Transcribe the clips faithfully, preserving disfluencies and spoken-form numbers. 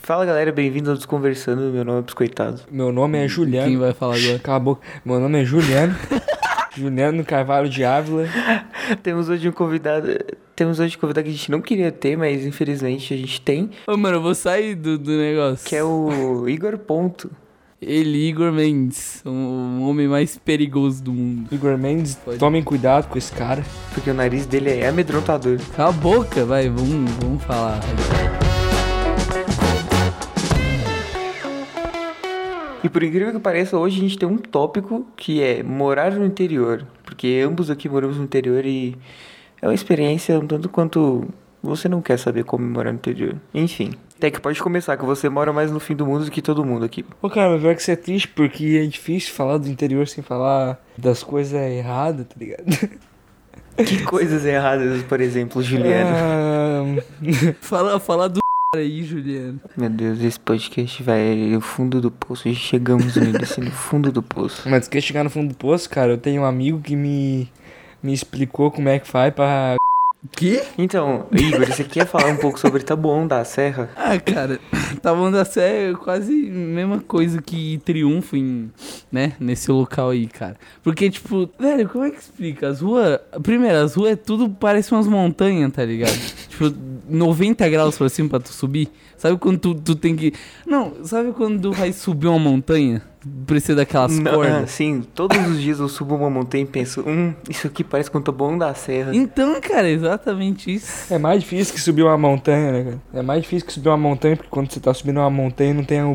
Fala galera, bem-vindos ao Desconversando, meu nome é Biscoitado. Meu nome é Juliano. Quem vai falar agora? Acabou. Meu nome é Juliano. Juliano Carvalho de Ávila. Temos hoje um convidado. Temos hoje um convidado que a gente não queria ter, mas infelizmente a gente tem. Ô, mano, eu vou sair do, do negócio. Que é o Igor Ponto. Ele, Igor Mendes, o um homem mais perigoso do mundo. Igor Mendes, Pode. tomem cuidado com esse cara. Porque o nariz dele é amedrontador. Cala a boca, vai, vamos, vamos falar. E por incrível que pareça, hoje a gente tem um tópico que é morar no interior. Porque ambos aqui moramos no interior e é uma experiência um tanto quanto você não quer saber como morar no interior. Enfim, até que pode começar, que você mora mais no fim do mundo do que todo mundo aqui. Pô, cara, mas pior que isso é triste porque é difícil falar do interior sem falar das coisas erradas, tá ligado? Que coisas erradas, por exemplo, Juliano? Ah, Fala, fala do aí, Juliano. Meu Deus, esse podcast vai no fundo do poço. Já chegamos nele, assim, no fundo do poço. mas quer chegar no fundo do poço, cara? Eu tenho um amigo que me, me explicou como é que faz pra... Quê? Então, Igor, você quer falar um pouco sobre Taboão da Serra? Ah, cara, Taboão da Serra é quase a mesma coisa que Triunfo em, né, nesse local aí, cara. Porque, tipo, velho, como é que explica? As ruas, primeiro, as ruas é tudo, parece umas montanhas, tá ligado? Tipo, noventa graus pra cima pra tu subir. Sabe quando tu, tu tem que... Não, sabe quando tu vai subir uma montanha? Precisa daquelas Não, cordas. sim, todos os dias eu subo uma montanha e penso, hum, isso aqui parece com o Taboão da Serra. Então, cara, é exatamente isso. É mais difícil que subir uma montanha, né, cara? É mais difícil que subir uma montanha, porque quando você tá subindo uma montanha não tem um...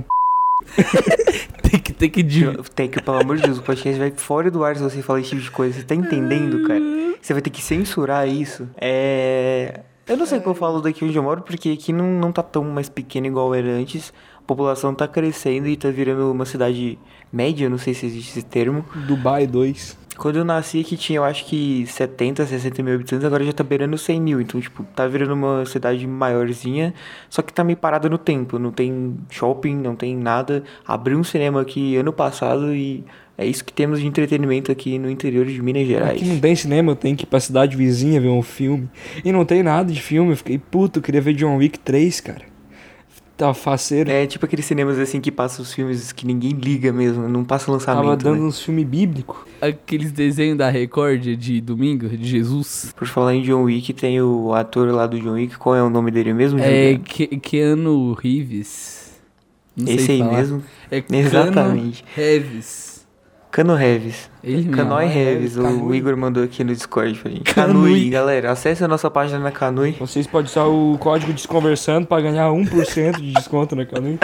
Tem que ter que... div- Tem que, pelo amor de Deus, o podcast vai fora do ar se você falar esse tipo de coisa. Você tá entendendo, cara? Você vai ter que censurar isso. É... Eu não sei o que eu falo daqui onde eu moro, porque aqui não, não tá tão mais pequeno igual era antes. A população tá crescendo e tá virando uma cidade média, não sei se existe esse termo. Dubai dois. Quando eu nasci aqui tinha, eu acho que setenta, sessenta mil habitantes, agora já tá beirando cem mil. Então, tipo, tá virando uma cidade maiorzinha, só que tá meio parada no tempo. Não tem shopping, não tem nada. Abriu um cinema aqui ano passado e é isso que temos de entretenimento aqui no interior de Minas Gerais. Aqui não tem cinema, eu tenho que ir pra cidade vizinha ver um filme. E não tem nada de filme, eu fiquei puto, eu queria ver John Wick três, cara. Tava faceiro. É tipo aqueles cinemas assim que passam os filmes que ninguém liga mesmo, não passa lançamento, Tava dando né? uns filmes bíblicos. Aqueles desenhos da Record de domingo, de Jesus. Por falar em John Wick, tem o ator lá do John Wick, qual é o nome dele mesmo? É Juliano? Ke- Keanu Reeves. Não Esse sei aí falar. mesmo? É Exatamente. Keanu Reeves. Cano Reves. Ele Canói mesmo. Reves, o Canui. Igor mandou aqui no Discord pra gente. Canui. Canui, galera, acesse a nossa página na Canui. Vocês podem usar o código Desconversando pra ganhar um por cento de desconto na Canui.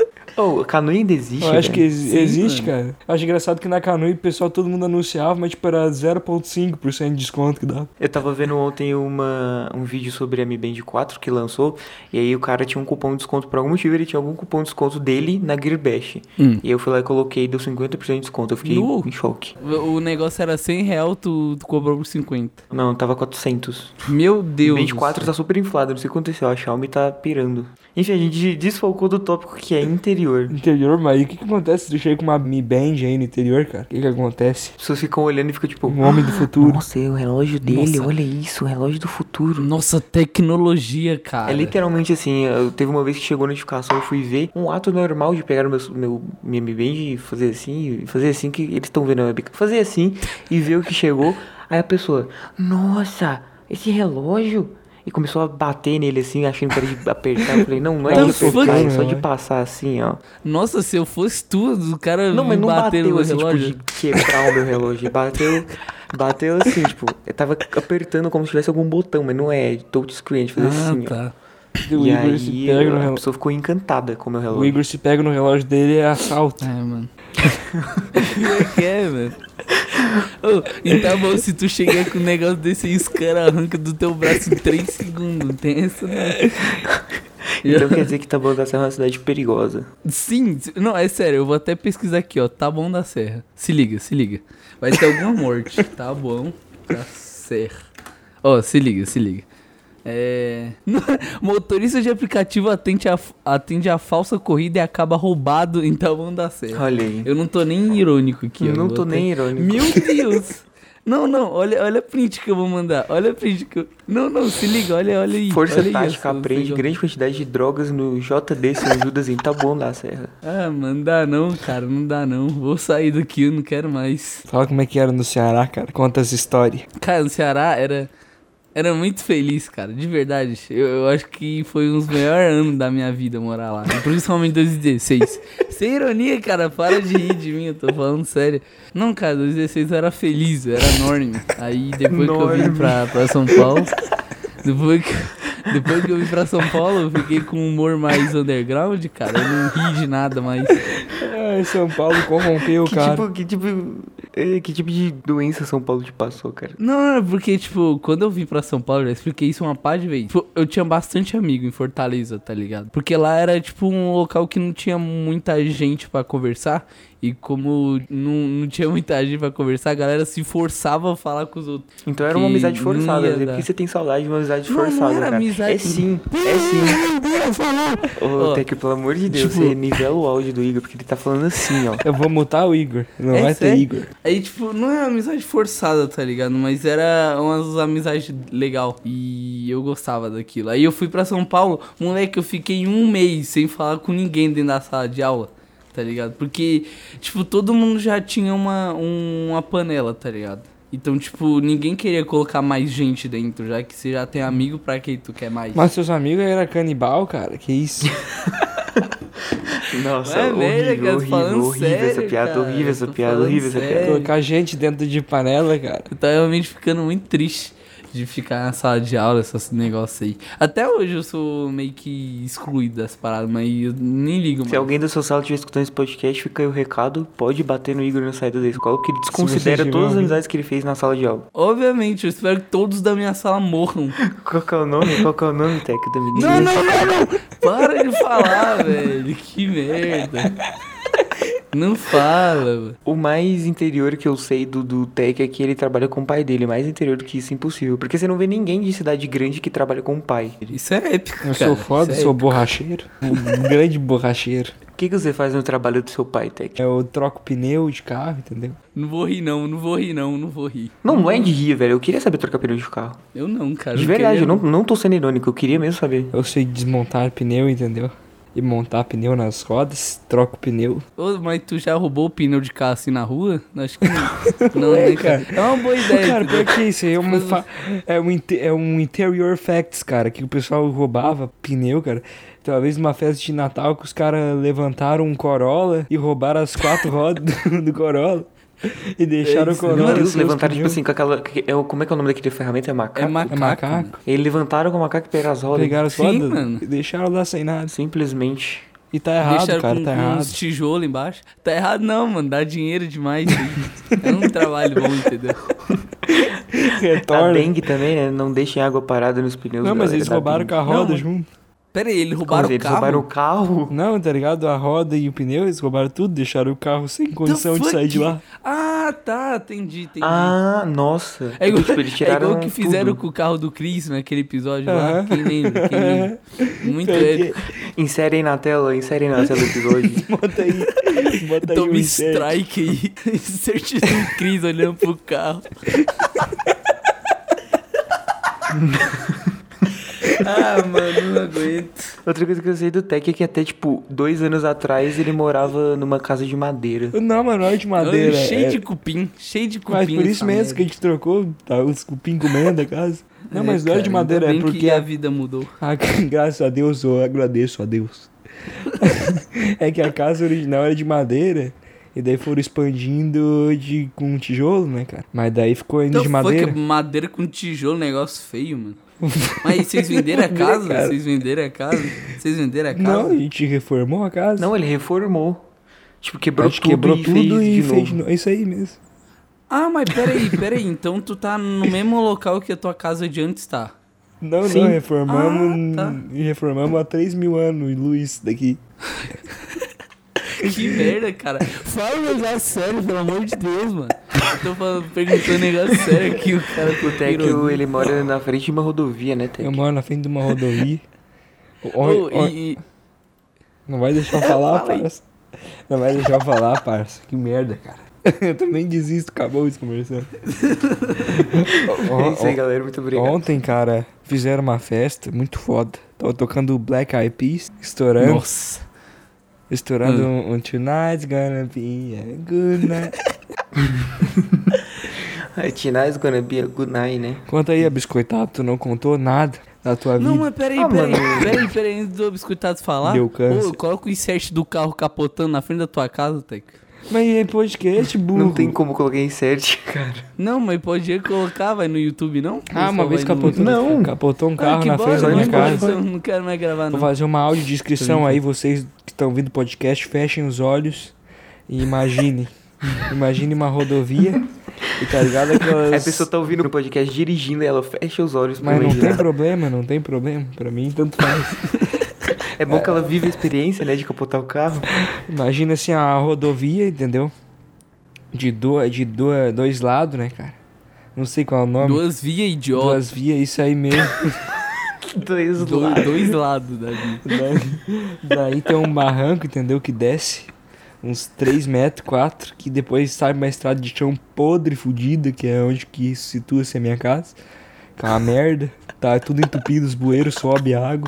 Oh, Canui ainda existe, Eu acho que velho? ex- Sim, existe, mano. cara. Eu acho engraçado que na Canui o pessoal todo mundo anunciava, mas tipo era zero vírgula cinco por cento de desconto que dava. Eu tava vendo ontem uma, um vídeo sobre a Mi Band quatro que lançou, e aí o cara tinha um cupom de desconto, por algum motivo ele tinha algum cupom de desconto dele na Gearbash. Hum. E eu fui lá e coloquei, deu cinquenta por cento de desconto, eu fiquei Nu. em choque. O negócio era cem real, tu, tu cobrou por cinquenta. Não, tava quatrocentos. Meu O Deus. Band quatro do tá céu. super inflado, não sei o que aconteceu, a Xiaomi tá pirando. Enfim, a gente desfocou do tópico que é interior. Interior, mas aí o que que acontece se tu chega com uma Mi Band aí no interior, cara? O que que acontece? As pessoas ficam olhando e ficam tipo... Um homem do futuro. Nossa, é o relógio dele, Nossa. olha isso, o relógio do futuro. Nossa, tecnologia, cara. É literalmente assim, eu, teve uma vez que chegou a notificação, eu fui ver um ato normal de pegar o meu, meu minha Mi Band e fazer assim, e fazer assim que eles estão vendo a webcam, fazer assim e ver o que chegou. Aí a pessoa, nossa, esse relógio... E começou a bater nele assim, achando que era de apertar. Eu falei, não, não é Não, de foi apertar, é bom, só de né? passar assim, ó. Nossa, se eu fosse tu, o cara Não, mas me não bater no bateu meu assim, relógio. tipo, de quebrar o meu relógio. Bateu, bateu assim, tipo, eu tava apertando como se tivesse algum botão, mas não é, touchscreen, de fazer Ah, assim, ó. tá. O E Igor se aí pega no a relógio. pessoa ficou encantada com o meu O relógio. Igor se pega no relógio dele é assalto. É, mano. Como é que é, mano? Ô, e tá bom, se tu chegar com um negócio desse aí, os caras arrancam do teu braço em três segundos. Não tem essa, né? Então quer dizer que Taboão da Serra é uma cidade perigosa. Sim, não, é sério, eu vou até pesquisar aqui, ó. Taboão da Serra. Se liga, se liga. Vai ter alguma morte. Taboão da Serra. Ó, se liga, se liga. É... Motorista de aplicativo atende a, atende a falsa corrida e acaba roubado em Taboão da Serra. Olha aí. Eu não tô nem irônico aqui, ó. Não Vou tô até- nem irônico. Meu Deus! Não, não, olha, olha a print que eu vou mandar. Olha a print que eu... Não, não, se liga, olha, olha aí. Força olha Tática aí, aprende São grande quantidade de drogas no J D São Judas em Taboão da Serra. Ah, mano, não dá não, cara, não dá não. Vou sair daqui, eu não quero mais. Fala como é que era no Ceará, cara. Conta essa história. Cara, no Ceará era... Era muito feliz, cara, de verdade. Eu, eu acho que foi um dos melhores anos da minha vida morar lá. Principalmente dois mil e dezesseis. Sem ironia, cara, para de rir de mim, eu tô falando sério. Não, cara, dois mil e dezesseis eu era feliz, eu era enorme. Aí depois que eu vim pra, pra São Paulo... Depois que, depois que eu vim pra São Paulo, eu fiquei com um humor mais underground, cara. Eu não ri de nada mais. Ai, São Paulo corrompeu, Que cara. tipo, que tipo, eh, que tipo de doença São Paulo te passou, cara? Não, não, é porque, tipo, quando eu vim pra São Paulo, eu já expliquei isso uma par de vezes. Tipo, eu tinha bastante amigo em Fortaleza, tá ligado? Porque lá era, tipo, um local que não tinha muita gente pra conversar. E como não, não tinha muita gente pra conversar, a galera se forçava a falar com os outros. Então era uma Que amizade não forçada, ia né? dar. Por que você tem saudade de uma amizade Não, não forçada, era cara? amizade. É sim, é sim. Ô, Ó, Tec, pelo amor de Deus, tipo- você nivela o áudio do Igor, porque ele tá falando assim, ó. Eu vou mutar o Igor. Não É vai sério? ter Igor. Aí, tipo, não é uma amizade forçada, tá ligado? Mas era umas amizades legal. E eu gostava daquilo. Aí eu fui pra São Paulo, moleque, eu fiquei um mês sem falar com ninguém dentro da sala de aula, tá ligado? Porque, tipo, todo mundo já tinha uma, um- uma panela, tá ligado? Então, tipo, ninguém queria colocar mais gente dentro, já que você já tem amigo, pra que tu quer mais? Mas seus amigos eram canibal, cara. Que isso? Nossa, Não é horrível, merda, cara, tô horrível, falando horrível essa sério, piada, cara, horrível essa tô piada, falando horrível essa sério. piada. Colocar gente dentro de panela, cara. Eu tava realmente ficando muito triste de ficar na sala de aula, esses negócios aí. Até hoje eu sou meio que excluído das paradas, mas eu nem ligo mais. Se alguém da sua sala estiver escutando esse podcast, fica aí o recado, pode bater no Igor na saída da escola, porque ele desconsidera tiver todas as ouvindo. amizades que ele fez na sala de aula. Obviamente, eu espero que todos da minha sala morram. Qual que é o nome? Qual que é o nome, Tec, da menina? Não, não, não, não! Para de falar, velho. Que merda. Não fala, mano. O mais interior que eu sei do, do Tec é que ele trabalha com o pai dele. Mais interior do que isso, impossível. Porque você não vê ninguém de cidade grande que trabalha com o pai. Isso é épico, Eu cara. sou foda, Isso é sou épico. borracheiro. Um grande borracheiro. O que, que você faz no trabalho do seu pai, Tec? Eu troco pneu de carro, entendeu? Não vou rir, não. Não vou rir, não. Não vou rir. Não, não é de rir, velho. Eu queria saber trocar pneu de carro. Eu não, cara. De eu verdade, eu queria- não, não tô sendo irônico. Eu queria mesmo saber. Eu sei desmontar pneu, entendeu? E montar pneu nas rodas, troco pneu. Ô, mas tu já roubou o pneu de carro assim na rua? Acho que não. Não, né, cara? É uma boa ideia. Cara, entendeu? pior que isso aí é, uma fa- é, um inte- é um interior facts, cara, que o pessoal roubava pneu, cara. Então, uma vez numa festa de Natal que os caras levantaram um Corolla e roubaram as quatro rodas do, do Corolla e deixaram É o isso, Corolla. Meu Não, Deus, sem os levantaram, tipo pneus. assim, com aquela... que- é o- Como é que é o nome daquele ferramenta? É macaco? É macaco. É macaco. Eles levantaram com o macaco e pegaram as rodas. Pegaram as Sim, rodas mano. e deixaram lá sem nada. Simplesmente. E tá errado, Deixaram cara, com, tá com errado. uns tijolos embaixo. Tá errado não, mano. Dá dinheiro demais. isso aí. É um trabalho bom, entendeu? A Retorna. dengue também, né? Não deixem água parada nos pneus. Não, mas galera, eles da roubaram dengue. com a roda Não, junto. Pera aí, eles Como roubaram assim, o eles carro? roubaram o carro? Não, tá ligado? A roda e o pneu, eles roubaram tudo, deixaram o carro sem condição de fuck? sair de lá. Ah, tá. Entendi, entendi. Ah, nossa. É igual, Tipo, eles é tiraram igual que fizeram tudo. com o carro do Chris naquele episódio lá. Aham. Quem lembra? Quem lembra? Muito Porque- épico. Inserem na tela, inserem na tela do episódio. Bota aí, bota aí Toma um insert. strike aí. Insert do Chris olhando pro carro. Ah, mano, não aguento. Outra coisa que eu sei do Tec é que até, tipo, dois anos atrás ele morava numa casa de madeira. Não, mano, não é de madeira. cheio é- de cupim, cheio de cupim. Mas por isso essa mesmo merda. que a gente trocou, tá, os cupim comendo a casa. Não, mas não é de cara, madeira, ainda é bem porque... que a a- vida mudou. a- graças a Deus, eu agradeço a Deus. É que a casa original era de madeira, e daí foram expandindo de, com tijolo, né, cara? Mas daí ficou ainda Então de foi madeira. que madeira com tijolo, negócio feio, mano. Mas vocês venderam a casa? Cara. Vocês venderam a casa? Vocês venderam a casa? Não, a gente reformou a casa. Não, ele reformou. Tipo, quebrou a gente tudo quebrou e tudo fez e de fez novo. de novo. É isso aí mesmo. Ah, mas peraí, peraí. Então tu tá no mesmo local que a tua casa de antes tá. Não, Sim. não, reformamos, Ah, tá. reformamos há três mil anos, Luiz, daqui. Que merda, cara. Fala um negócio sério, pelo amor de Deus, mano. Eu tô falando, perguntando um negócio sério aqui, o cara... O Tec, o- ele mora na frente de uma rodovia, né, Tec? Eu moro na frente de uma rodovia. Ô, Oi, oi, e, e- Não vai deixar eu falar, Fala aí. parça. Não vai deixar eu falar, parça. Que merda, cara. Eu também desisto, acabou esse comercial. É isso aí, galera. Muito obrigado. Ontem, cara, fizeram uma festa muito foda. Tava tocando Black Eyed Peas, estourando. Nossa. Estourando Hum. um, um Tonight's Gonna Be a Good Night. Tonight's gonna be a good night, né? Conta aí, biscoitado, tu não contou nada da tua Não, vida. mas peraí, Ah, peraí, mano. peraí, peraí, antes do Biscoitado falar. Deu câncer. Ô, coloca o insert do carro capotando na frente da tua casa, Teco. Mas e aí, podcast, burro? Não tem como colocar insert, cara. Não, mas pode colocar, vai no YouTube, não? Ah, Ou uma só vez vai no- capotou, Não. capotou um Ah, carro que na frente bosta, da minha não, casa. então não quero mais gravar, Vou não. fazer uma audiodescrição aí, vocês que estão ouvindo o podcast, fechem os olhos e imaginem. Imagine uma rodovia e tá ligado aquelas... A pessoa tá ouvindo o podcast dirigindo e ela fecha os olhos pra Mas não imaginar. tem problema, não tem problema. Pra mim, tanto faz. É bom que ela vive a experiência, né, de capotar o carro. Imagina assim a rodovia, entendeu? De, do, de do, dois lados, né, cara? Não sei qual é o nome. Duas vias, idiota. Duas vias, isso aí mesmo. Dois Do- lados. dois lados da via. daí, daí tem um barranco, entendeu? Que desce uns três metros, quatro, que depois sai uma estrada de chão podre, fudida, que é onde que situa-se a minha casa. Que é uma merda. Tá tudo entupido, os bueiros, sobe água.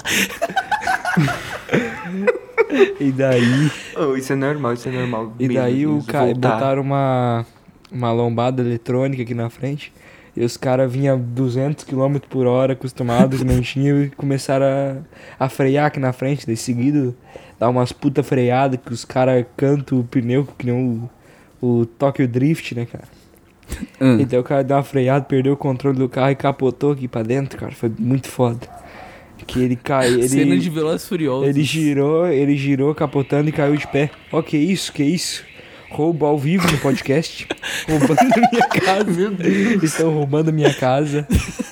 E daí... Oh, isso é normal, isso é normal. E mesmo, daí o mesmo, cara voltar. botaram uma, uma lombada eletrônica aqui na frente. E os caras vinham duzentos quilômetros por hora, acostumados, manchinho, e começaram a, a frear aqui na frente. Daí seguido, dá umas puta freada que os caras cantam o pneu, que nem o, o Tokyo Drift, né, cara? Hum. E daí o cara deu uma freada, perdeu o controle do carro e capotou aqui pra dentro, cara. Foi muito foda. Que ele caiu, Cena ele... de Velozes e Furiosos. Ele girou, ele girou capotando e caiu de pé. Ó, que isso, que isso? Roubo ao vivo no podcast. Roubando minha casa. Meu Deus. Estão roubando minha casa.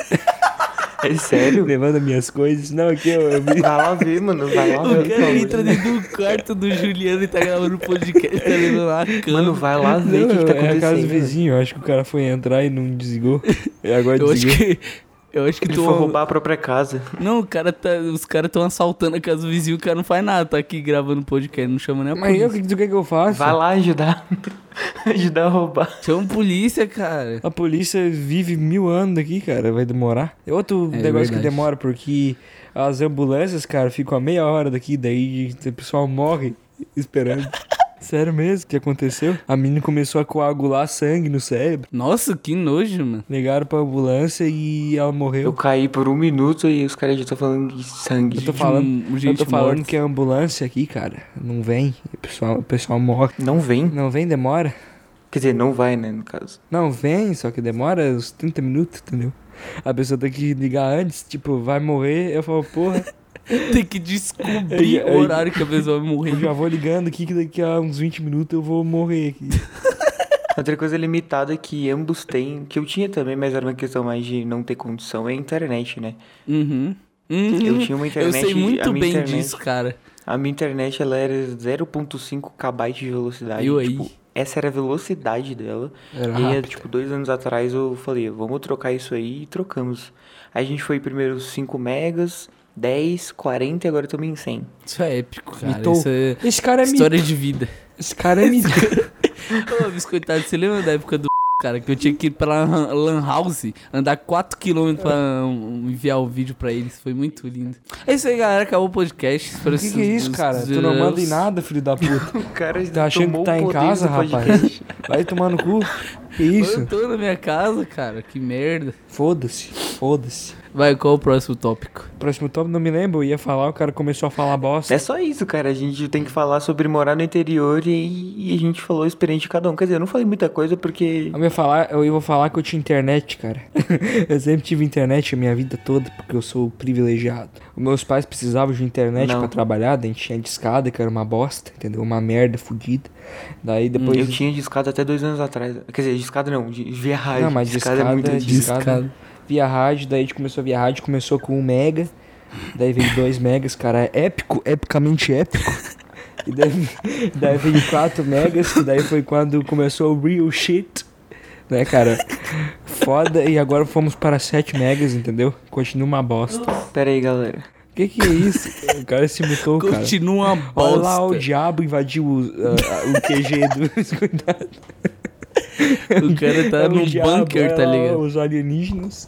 É sério? Levando minhas coisas. Não, aqui eu, eu vi. Vai lá ver, mano. Vai lá O ver. cara entra dentro do quarto do Juliano e tá gravando podcast, tá levando uma cama. Mano, vai lá ver o que, que tá é a casa do acontecendo. vizinho. Eu acho que o cara foi entrar e não desligou. E agora Eu acho desligou. que... Eu acho que Ele tu... foi roubar a própria casa. Não, o cara tá... os caras tão assaltando a casa do vizinho, o cara não faz nada, tá aqui gravando podcast, não chama nem a Mas eu, o polícia. que tu quer que eu faça? Vai lá ajudar. ajudar a roubar. Chama a polícia, cara. A polícia vive mil anos aqui, cara. Vai demorar. É outro É negócio que verdade. demora, porque as ambulâncias, cara, ficam a meia hora daqui, daí o pessoal morre esperando. Sério mesmo? O que aconteceu? A menina começou a coagular sangue no cérebro. Nossa, que nojo, mano. Ligaram pra ambulância e ela Eu morreu. caí por um minuto e os caras já estão falando de sangue. Eu tô falando, um- eu gente tô falando morta. que a ambulância aqui, cara, não vem. O pessoal, o pessoal morre. Não vem. Não vem, demora. Quer dizer, não vai, né, no caso. Não, vem, só que demora uns trinta minutos, entendeu? A pessoa tem que ligar antes, tipo, vai morrer. Eu falo, porra, Tem que descobrir Aí- aí- o horário que a pessoa vai eu morrer. já vou ligando aqui que daqui a uns vinte minutos eu vou morrer aqui. Outra coisa limitada que ambos têm, que eu tinha também, mas era uma questão mais de não ter condição, é a internet, né? Uhum. Uhum. Eu tinha uma Eu internet... sei muito a minha bem internet, disso, cara. A minha internet, ela era zero ponto cinco kbytes de velocidade. Eu aí. Tipo, essa era a velocidade dela. Era E aí, rápido. tipo, dois anos atrás eu falei, vamos trocar isso aí e trocamos. Aí a gente foi primeiro cinco megas, dez, quarenta e agora estamos em cem. Isso é épico, cara. Mitou. Isso é Esse cara é mito. história de vida. Esse cara é mito. Ô, biscoitado, você lembra da época do cara, que eu tinha que ir pra lan lan house, andar quatro quilômetros pra um, enviar o vídeo pra eles. Foi muito lindo. É isso aí, galera. Acabou o podcast. O que, que é isso, cara? Tu não manda em nada, filho da puta. O cara Tá achando tomou que tá o em poder casa, do rapaz? podcast. Vai tomar no cu. Que isso? Eu tô na minha casa, cara. Que merda. Foda-se. Foda-se. Vai, qual o próximo tópico? Próximo top, não me lembro. Eu ia falar, o cara começou a falar bosta. É só isso, cara. A gente tem que falar sobre morar no interior e, e a gente falou a experiência de cada um. Quer dizer, eu não falei muita coisa porque... Eu ia falar, eu ia falar que eu tinha internet, cara. Eu sempre tive internet a minha vida toda, porque eu sou privilegiado. Os meus pais precisavam de internet Não. pra trabalhar, daí a gente tinha discada, que era uma bosta, entendeu? Uma merda fodida. Daí depois... Eu tinha discada até dois anos atrás. Quer dizer, discada não, de via rádio. Não, mas discada, discada, é muito antigo. discada, via rádio, daí a gente começou a via rádio, começou com um mega, daí veio dois megas, cara, épico, epicamente épico. E daí, daí veio quatro megas, daí foi quando começou o real shit, né, cara? Foda, e agora fomos para sete megas, entendeu? Continua uma bosta. Pera aí, galera. Que que é isso? O cara se mutou, cara. Continua uma Olha lá, o bosta. diabo invadiu o, uh, o Q G do... Cuidado. O cara tá É o no diabo, bunker, é tá lá ligado? Os alienígenas.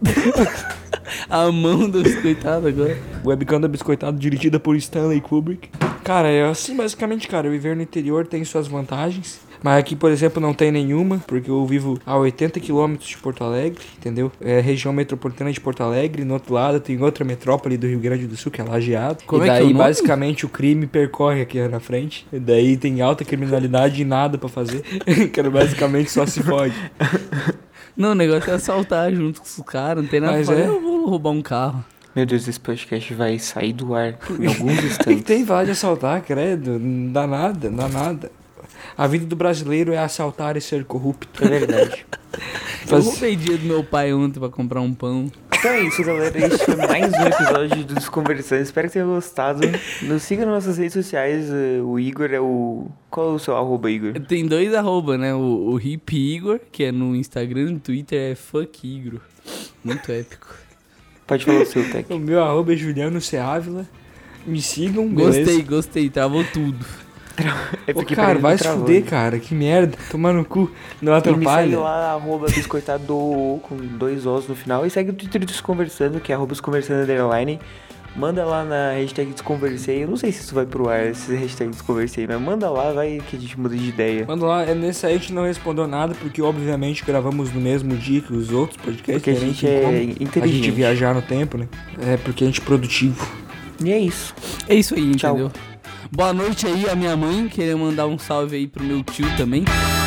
A mão do biscoitado agora. Webcam da Biscoitado, dirigida por Stanley Kubrick. Cara, é assim basicamente, cara. Viver no interior tem suas vantagens. Mas aqui, por exemplo, não tem nenhuma, porque eu vivo a oitenta quilômetros de Porto Alegre, entendeu? É a região metropolitana de Porto Alegre. No outro lado tem outra metrópole do Rio Grande do Sul, que é Lajeado. Como e é que é daí, o nome? basicamente, o crime percorre aqui na frente. E daí tem alta criminalidade e nada pra fazer. Que basicamente só se fode. Não, o negócio é assaltar junto com os caras, não tem nada Mas pra fazer. é. Eu vou roubar um carro. Meu Deus, esse podcast vai sair do ar em alguns Não instantes. tem vaga de assaltar, credo. Não dá nada, não dá nada. A vida do brasileiro é assaltar e ser corrupto. É verdade. Eu Faz- roubei dinheiro do meu pai ontem pra comprar um pão. Então é isso, galera. Esse foi mais um episódio do Desconversando. Espero que tenham gostado. Nos siga nas nossas redes sociais. eh, O Igor é o... Qual é o seu arroba, Igor? Tem dois arroba, né? O, o Hip Igor, que é no Instagram, no Twitter é Fuck Igor. Muito épico. Pode falar o seu, Tec. O meu arroba é Juliano C. Ávila. Me sigam, beleza? Gostei, gostei, travou tudo. É Ô, porque cara, pra mim vai não se travou, fuder, né? cara. Que merda. Tomar no cu. Não E me segue atrapalha. lá, arroba biscoitado com dois Os no final. E segue o Twitter do Desconversando, que é arroba Desconversando underline. Manda lá na hashtag Desconversei. Eu não sei se isso vai pro ar, esse hashtag Desconversei, mas manda lá, vai que a gente muda de ideia. Manda lá. É, nesse aí a gente não respondeu nada, porque obviamente gravamos no mesmo dia que os outros podcasts. Porque a né? Nem gente tem é como inteligente. A gente viajar no tempo, né? É porque a gente é produtivo. E é isso. É isso aí, Tchau. entendeu? Boa noite aí, a minha mãe. Queria mandar um salve aí pro meu tio também.